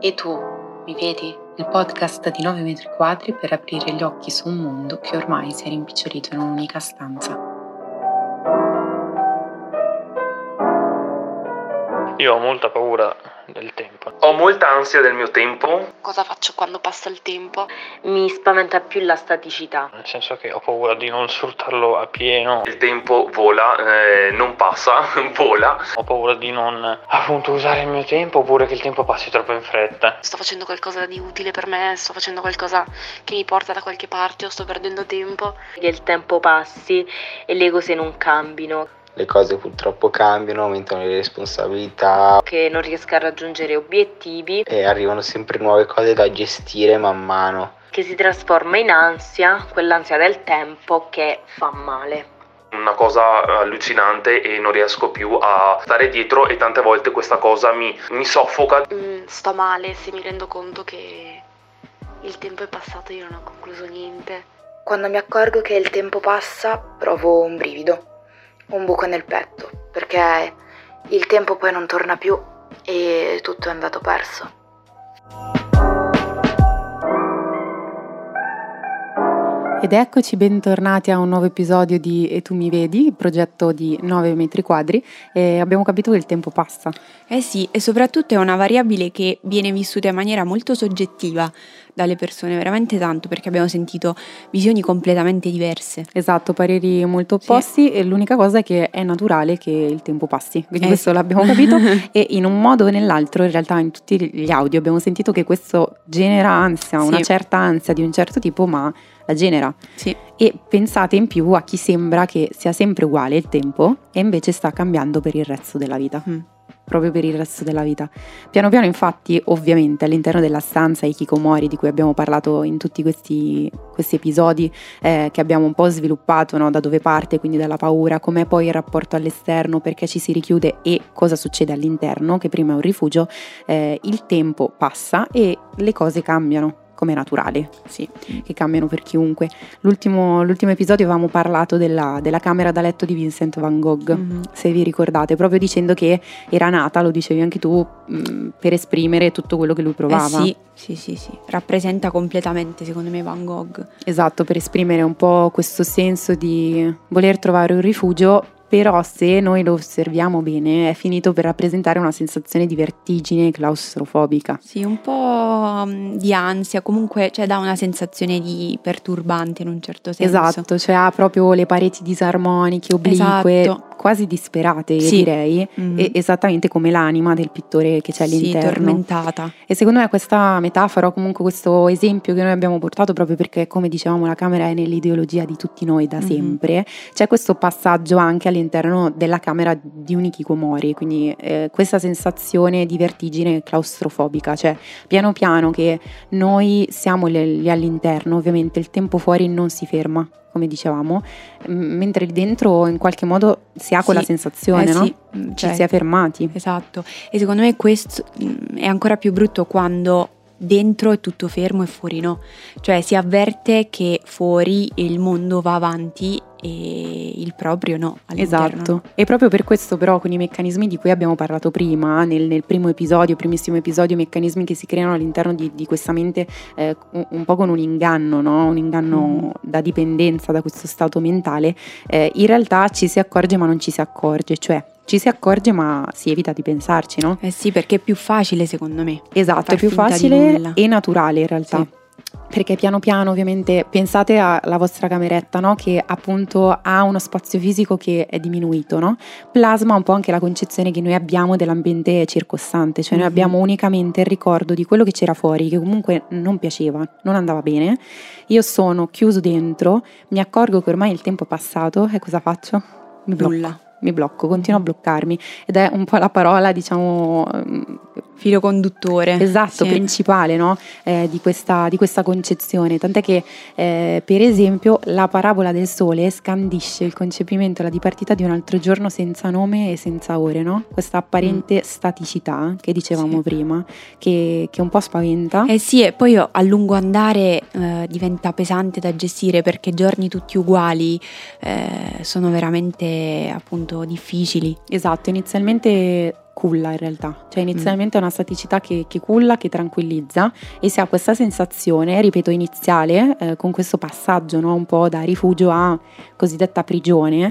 E tu, mi vedi? Il podcast di 9 metri quadri per aprire gli occhi su un mondo che ormai si è rimpicciolito in un'unica stanza. Io ho molta paura del tempo. Ho molta ansia del mio tempo. Cosa faccio quando passa il tempo? Mi spaventa più la staticità. Nel senso che ho paura di non sfruttarlo a pieno. Il tempo vola, non passa, vola. Ho paura di non appunto usare il mio tempo, oppure che il tempo passi troppo in fretta. Sto facendo qualcosa di utile per me, sto facendo qualcosa che mi porta da qualche parte o sto perdendo tempo. Che il tempo passi e le cose non cambino. Le cose purtroppo cambiano, aumentano le responsabilità. Che non riesca a raggiungere obiettivi. E arrivano sempre nuove cose da gestire man mano. Che si trasforma in ansia, quell'ansia del tempo che fa male. Una cosa allucinante e non riesco più a stare dietro e tante volte questa cosa mi soffoca. Sto male se mi rendo conto che il tempo è passato e io non ho concluso niente. Quando mi accorgo che il tempo passa, provo un brivido, un buco nel petto, perché il tempo poi non torna più e tutto è andato perso. Ed eccoci bentornati a un nuovo episodio di E tu mi vedi, il progetto di 9 metri quadri, e abbiamo capito che il tempo passa. Eh sì, e soprattutto è una variabile che viene vissuta in maniera molto soggettiva dalle persone, veramente tanto, perché abbiamo sentito visioni completamente diverse. Esatto, pareri molto opposti, e l'unica cosa è che è naturale che il tempo passi, quindi questo l'abbiamo capito e in un modo o nell'altro, in realtà in tutti gli audio abbiamo sentito che questo genera ansia, una certa ansia di un certo tipo, ma la genera. Sì. E pensate in più a chi sembra che sia sempre uguale il tempo e invece sta cambiando per il resto della vita. Proprio per il resto della vita. Piano piano, infatti, ovviamente all'interno della stanza hikikomori di cui abbiamo parlato in tutti questi episodi, che abbiamo un po' sviluppato, no? Da dove parte, quindi dalla paura, com'è poi il rapporto all'esterno, perché ci si richiude e cosa succede all'interno, che prima è un rifugio, il tempo passa e le cose cambiano. Come è naturale, sì, che cambiano per chiunque. L'ultimo episodio avevamo parlato della camera da letto di Vincent van Gogh, se vi ricordate, proprio dicendo che era nata, lo dicevi anche tu, per esprimere tutto quello che lui provava. Sì, rappresenta completamente, secondo me, Van Gogh. Esatto, per esprimere un po' questo senso di voler trovare un rifugio. Però se noi lo osserviamo bene è finito per rappresentare una sensazione di vertigine claustrofobica. Sì, un po' di ansia, comunque dà una sensazione di perturbante in un certo senso. Esatto, cioè ha proprio le pareti disarmoniche, oblique, esatto. Quasi disperate, io direi, esattamente come l'anima del pittore che c'è all'interno. Sì, tormentata. E secondo me questa metafora, comunque questo esempio che noi abbiamo portato, proprio perché, come dicevamo, la camera è nell'ideologia di tutti noi da sempre, c'è questo passaggio anche all'interno della camera di un hikikomori, quindi questa sensazione di vertigine claustrofobica, cioè piano piano che noi siamo lì all'interno, ovviamente il tempo fuori non si ferma, come dicevamo, mentre lì dentro in qualche modo si ha quella sensazione, no? Ci si è fermati. Esatto, e secondo me questo è ancora più brutto quando dentro è tutto fermo e fuori no, cioè si avverte che fuori il mondo va avanti e il proprio no, all'interno. Esatto, e proprio per questo però con i meccanismi di cui abbiamo parlato prima nel primissimo episodio, meccanismi che si creano all'interno di questa mente, un po' con un inganno, no? Un inganno da dipendenza da questo stato mentale, in realtà ci si accorge ma non ci si accorge, cioè ci si accorge ma si evita di pensarci, no? Sì, perché è più facile secondo me. Esatto, è più facile e naturale in realtà. Sì. Perché piano piano, ovviamente, pensate alla vostra cameretta, no? Che appunto ha uno spazio fisico che è diminuito, no? Plasma un po' anche la concezione che noi abbiamo dell'ambiente circostante, cioè noi abbiamo unicamente il ricordo di quello che c'era fuori, che comunque non piaceva, non andava bene. Io sono chiuso dentro, mi accorgo che ormai il tempo è passato e cosa faccio? Mi blocco, continuo a bloccarmi, ed è un po' la parola, diciamo, filo conduttore, esatto, principale, no? Di questa concezione, tant'è che per esempio la parabola del sole scandisce il concepimento e la dipartita di un altro giorno senza nome e senza ore, no? Questa apparente staticità che dicevamo prima, che un po' spaventa. Sì, e poi a lungo andare diventa pesante da gestire, perché giorni tutti uguali sono veramente appunto difficili. Esatto, inizialmente culla in realtà, cioè inizialmente è una staticità che culla, che tranquillizza, e si ha questa sensazione, ripeto, iniziale, con questo passaggio, no? Un po' da rifugio a cosiddetta prigione,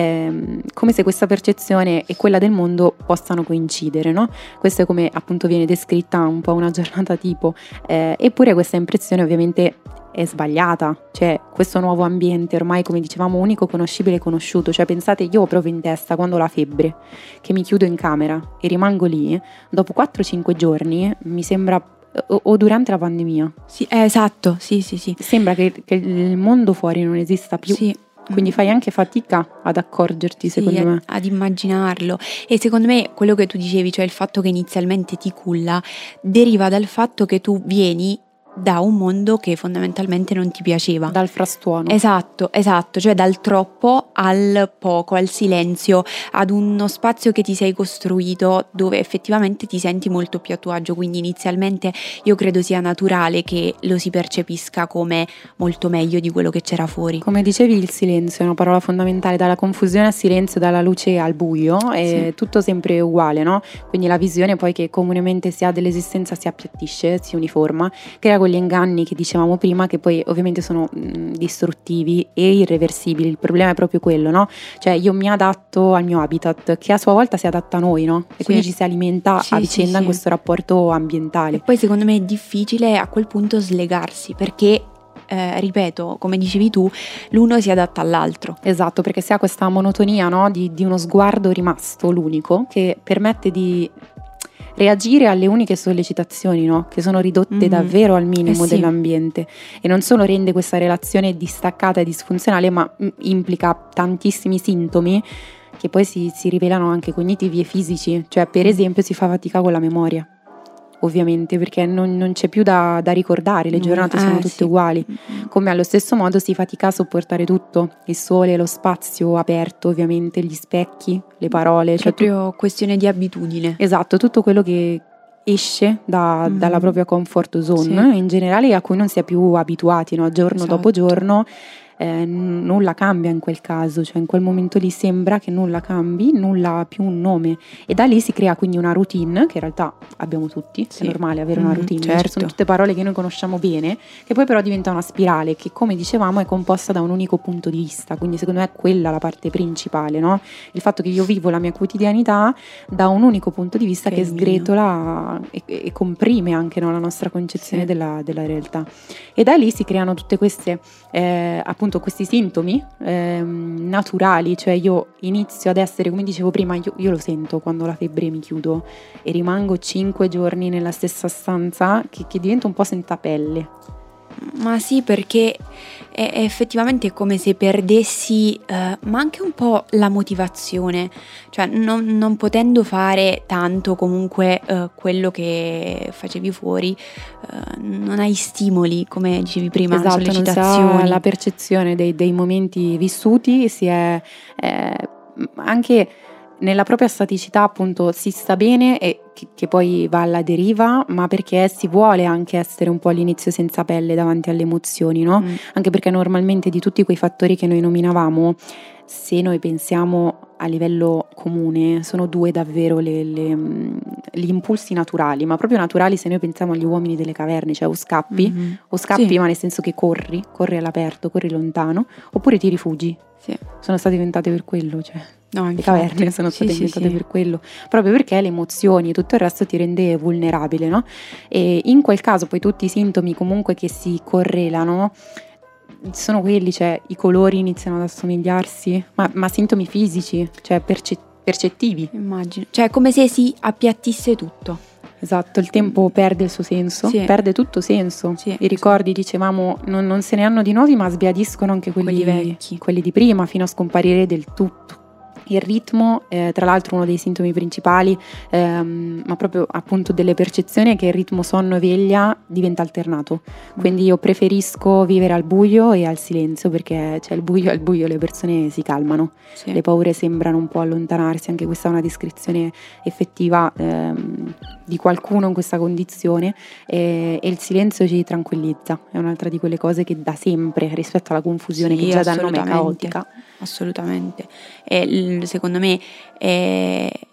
come se questa percezione e quella del mondo possano coincidere, no? Questo è come appunto viene descritta un po' una giornata tipo, eppure questa impressione ovviamente è sbagliata, cioè questo nuovo ambiente ormai, come dicevamo, unico, conoscibile e conosciuto, cioè pensate, io ho proprio in testa quando ho la febbre, che mi chiudo in camera e rimango lì, dopo 4-5 giorni mi sembra, o durante la pandemia, sì, esatto, sì, sembra che il mondo fuori non esista più. Sì. Quindi fai anche fatica ad accorgerti, secondo me. Ad immaginarlo. E secondo me quello che tu dicevi, cioè il fatto che inizialmente ti culla, deriva dal fatto che tu vieni da un mondo che fondamentalmente non ti piaceva. Dal frastuono. Esatto, cioè dal troppo al poco, al silenzio, ad uno spazio che ti sei costruito dove effettivamente ti senti molto più a tuo agio, quindi inizialmente io credo sia naturale che lo si percepisca come molto meglio di quello che c'era fuori. Come dicevi, il silenzio è una parola fondamentale, dalla confusione al silenzio, dalla luce al buio, è tutto sempre uguale, no? Quindi la visione poi che comunemente si ha dell'esistenza si appiattisce, si uniforma, crea quegli inganni che dicevamo prima, che poi ovviamente sono distruttivi e irreversibili. Il problema è proprio quello, no? Cioè io mi adatto al mio habitat, che a sua volta si adatta a noi, no? E quindi ci si alimenta a vicenda in questo rapporto ambientale. E poi secondo me è difficile a quel punto slegarsi, perché ripeto, come dicevi tu, l'uno si adatta all'altro. Esatto, perché si ha questa monotonia, no? Di uno sguardo rimasto, l'unico, che permette di reagire alle uniche sollecitazioni, no? Che sono ridotte davvero al minimo dell'ambiente, e non solo rende questa relazione distaccata e disfunzionale, ma implica tantissimi sintomi che poi si rivelano anche cognitivi e fisici. Cioè, per esempio, si fa fatica con la memoria, ovviamente, perché non c'è più da ricordare, le giornate sono tutte uguali, come allo stesso modo si fatica a sopportare tutto, il sole, lo spazio aperto, ovviamente, gli specchi, le parole, proprio questione di abitudine. Esatto, tutto quello che esce dalla propria comfort zone, in generale, a cui non si è più abituati, no? Giorno dopo giorno. Nulla cambia in quel caso, cioè in quel momento lì sembra che nulla cambi, nulla ha più un nome, e da lì si crea quindi una routine che in realtà abbiamo tutti, è normale avere una routine, ci sono tutte parole che noi conosciamo bene, che poi però diventa una spirale che, come dicevamo, è composta da un unico punto di vista. Quindi secondo me è quella la parte principale, no? Il fatto che io vivo la mia quotidianità da un unico punto di vista che sgretola e comprime anche, no, la nostra concezione della realtà, e da lì si creano tutte queste appunto questi sintomi naturali. Cioè io inizio ad essere, come dicevo prima, io lo sento quando la febbre mi chiudo e rimango 5 giorni nella stessa stanza, che divento un po' senza pelle. Ma sì, perché è effettivamente come se perdessi ma anche un po' la motivazione, cioè non potendo fare tanto comunque quello che facevi fuori, non hai stimoli, come dicevi prima, sollecitazioni. Non si ha la percezione dei momenti vissuti, si è anche nella propria staticità, appunto, si sta bene, e che poi va alla deriva, ma perché si vuole anche essere un po' all'inizio senza pelle davanti alle emozioni, no? Anche perché normalmente di tutti quei fattori che noi nominavamo, se noi pensiamo a livello comune, sono due davvero gli impulsi naturali, ma proprio naturali se noi pensiamo agli uomini delle caverne, cioè o scappi, ma nel senso che corri all'aperto, corri lontano, oppure ti rifugi. Sono state inventate per quello, cioè le caverne sono state inventate per quello, proprio perché le emozioni e tutto il resto ti rende vulnerabile, no? E in quel caso poi tutti i sintomi comunque che si correlano sono quelli, cioè i colori iniziano ad assomigliarsi, ma sintomi fisici, cioè percettivi. Immagino, cioè come se si appiattisse tutto. Esatto, il tempo perde il suo senso, perde tutto senso. I ricordi, dicevamo, non se ne hanno di nuovi, ma sbiadiscono anche quelli vecchi, quelli di prima, fino a scomparire del tutto. Il ritmo, tra l'altro uno dei sintomi principali, ma proprio appunto delle percezioni, è che il ritmo sonno-veglia diventa alternato. Quindi io preferisco vivere al buio e al silenzio, perché al buio le persone si calmano, le paure sembrano un po' allontanarsi. Anche questa è una descrizione effettiva di qualcuno in questa condizione, e il silenzio ci tranquillizza. È un'altra di quelle cose che da sempre, rispetto alla confusione che già dà nome caotica. Assolutamente. E secondo me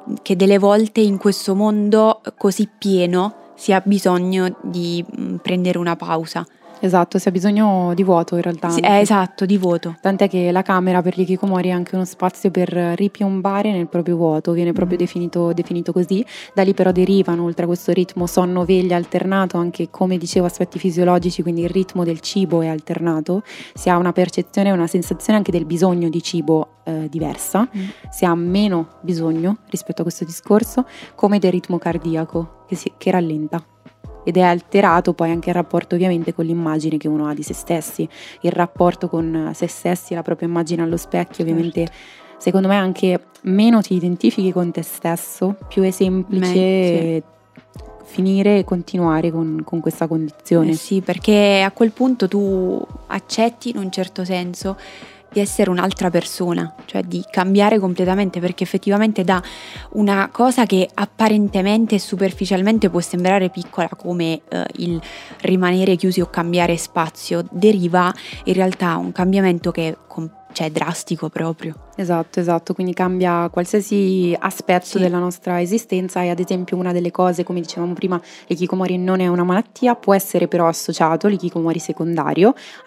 che delle volte in questo mondo così pieno si ha bisogno di prendere una pausa. Esatto, si ha bisogno di vuoto in realtà. Sì, esatto, di vuoto. Tant'è che la camera per gli hikikomori è anche uno spazio per ripiombare nel proprio vuoto, viene proprio definito così. Da lì però derivano, oltre a questo ritmo sonno-veglia alternato, anche come dicevo aspetti fisiologici, quindi il ritmo del cibo è alternato, si ha una percezione e una sensazione anche del bisogno di cibo diversa, si ha meno bisogno rispetto a questo discorso, come del ritmo cardiaco che rallenta. Ed è alterato poi anche il rapporto ovviamente con l'immagine che uno ha di se stessi, il rapporto con se stessi, la propria immagine allo specchio, ovviamente secondo me anche meno ti identifichi con te stesso, più è semplice finire e continuare con questa condizione. Sì, perché a quel punto tu accetti in un certo senso di essere un'altra persona, cioè di cambiare completamente, perché effettivamente da una cosa che apparentemente e superficialmente può sembrare piccola come il rimanere chiusi o cambiare spazio, deriva in realtà un cambiamento che è drastico proprio. Esatto, quindi cambia qualsiasi aspetto della nostra esistenza e ad esempio una delle cose, come dicevamo prima, l'ikikomori non è una malattia, può essere però associato, l'ikikomori secondario, a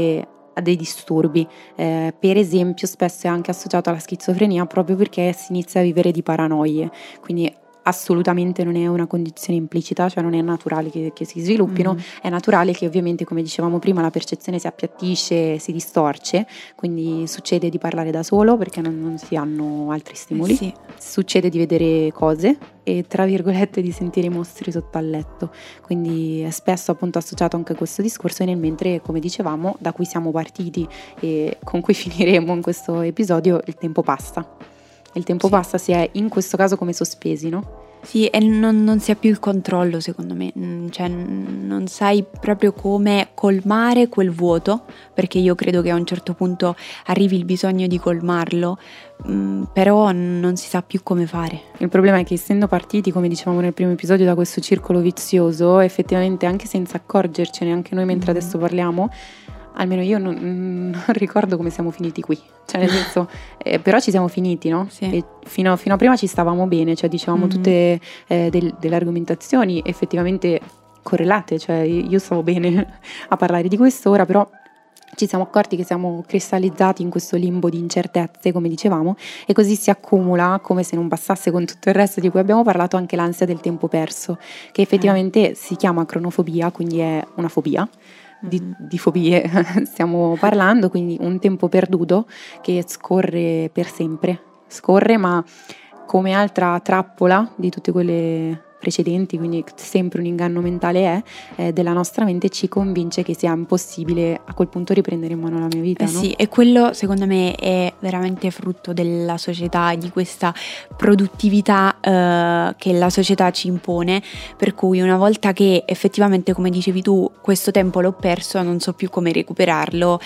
dei disturbi, per esempio spesso è anche associato alla schizofrenia proprio perché si inizia a vivere di paranoie, quindi assolutamente non è una condizione implicita, cioè non è naturale che si sviluppino, è naturale che ovviamente, come dicevamo prima, la percezione si appiattisce, si distorce, quindi succede di parlare da solo perché non si hanno altri stimoli, succede di vedere cose e tra virgolette di sentire i mostri sotto al letto, quindi è spesso appunto associato anche a questo discorso, e nel mentre, come dicevamo, da cui siamo partiti e con cui finiremo in questo episodio, il tempo passa. Il tempo passa, si è in questo caso come sospesi, no? Sì, e non si ha più il controllo, secondo me, cioè non sai proprio come colmare quel vuoto, perché io credo che a un certo punto arrivi il bisogno di colmarlo, però non si sa più come fare. Il problema è che essendo partiti, come dicevamo nel primo episodio, da questo circolo vizioso, effettivamente anche senza accorgercene, anche noi mentre adesso parliamo, almeno io non ricordo come siamo finiti qui, cioè nel senso, però ci siamo finiti, no? Sì. E fino a prima ci stavamo bene, cioè dicevamo tutte delle argomentazioni effettivamente correlate, cioè io stavo bene a parlare di questo, ora però ci siamo accorti che siamo cristallizzati in questo limbo di incertezze, come dicevamo, e così si accumula, come se non bastasse con tutto il resto di cui abbiamo parlato, anche l'ansia del tempo perso, che effettivamente si chiama cronofobia, quindi è una fobia. Di fobie stiamo parlando, quindi un tempo perduto che scorre per sempre, ma come altra trappola di tutte quelle precedenti, quindi sempre un inganno mentale della nostra mente, ci convince che sia impossibile a quel punto riprendere in mano la mia vita, no? Sì, e quello secondo me è veramente frutto della società, di questa produttività che la società ci impone, per cui una volta che effettivamente, come dicevi tu, questo tempo l'ho perso, non so più come recuperarlo,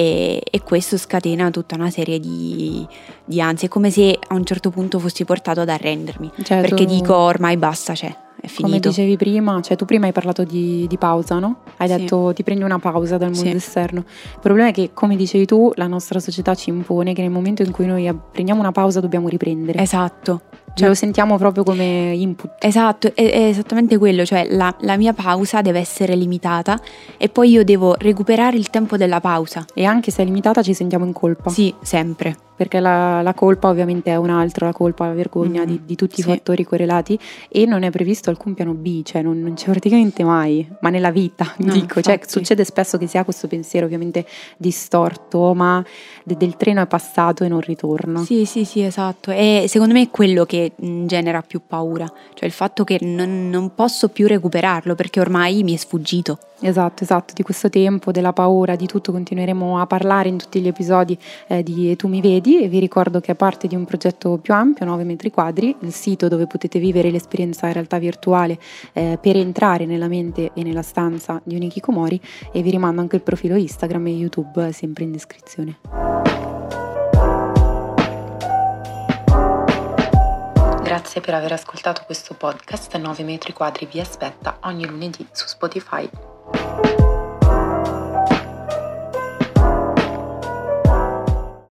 e questo scatena tutta una serie di ansie, è come se a un certo punto fossi portato ad arrendermi, perché dico ormai basta, è finito. Come dicevi prima, cioè tu prima hai parlato di pausa, no? Hai detto ti prendi una pausa dal mondo esterno. Il problema è che, come dicevi tu, la nostra società ci impone che nel momento in cui noi prendiamo una pausa dobbiamo riprendere. Esatto. Cioè lo sentiamo proprio come input. Esatto, è esattamente quello, cioè la mia pausa deve essere limitata e poi io devo recuperare il tempo della pausa. E anche se è limitata ci sentiamo in colpa. Sì, sempre. Perché la colpa ovviamente è un altro, la colpa, la vergogna di tutti i fattori correlati, e non è previsto alcun piano B, cioè non c'è praticamente mai, ma nella vita, cioè succede spesso che si ha questo pensiero ovviamente distorto, ma del treno è passato e non ritorna. Sì, esatto, e secondo me è quello che genera più paura, cioè il fatto che non posso più recuperarlo perché ormai mi è sfuggito. Esatto, di questo tempo, della paura, di tutto continueremo a parlare in tutti gli episodi di E tu mi vedi, e vi ricordo che è parte di un progetto più ampio, 9 metri quadri, il sito dove potete vivere l'esperienza in realtà virtuale per entrare nella mente e nella stanza di un hikikomori, e vi rimando anche il profilo Instagram e YouTube sempre in descrizione. Grazie per aver ascoltato questo podcast. 9 metri quadri vi aspetta ogni lunedì su Spotify.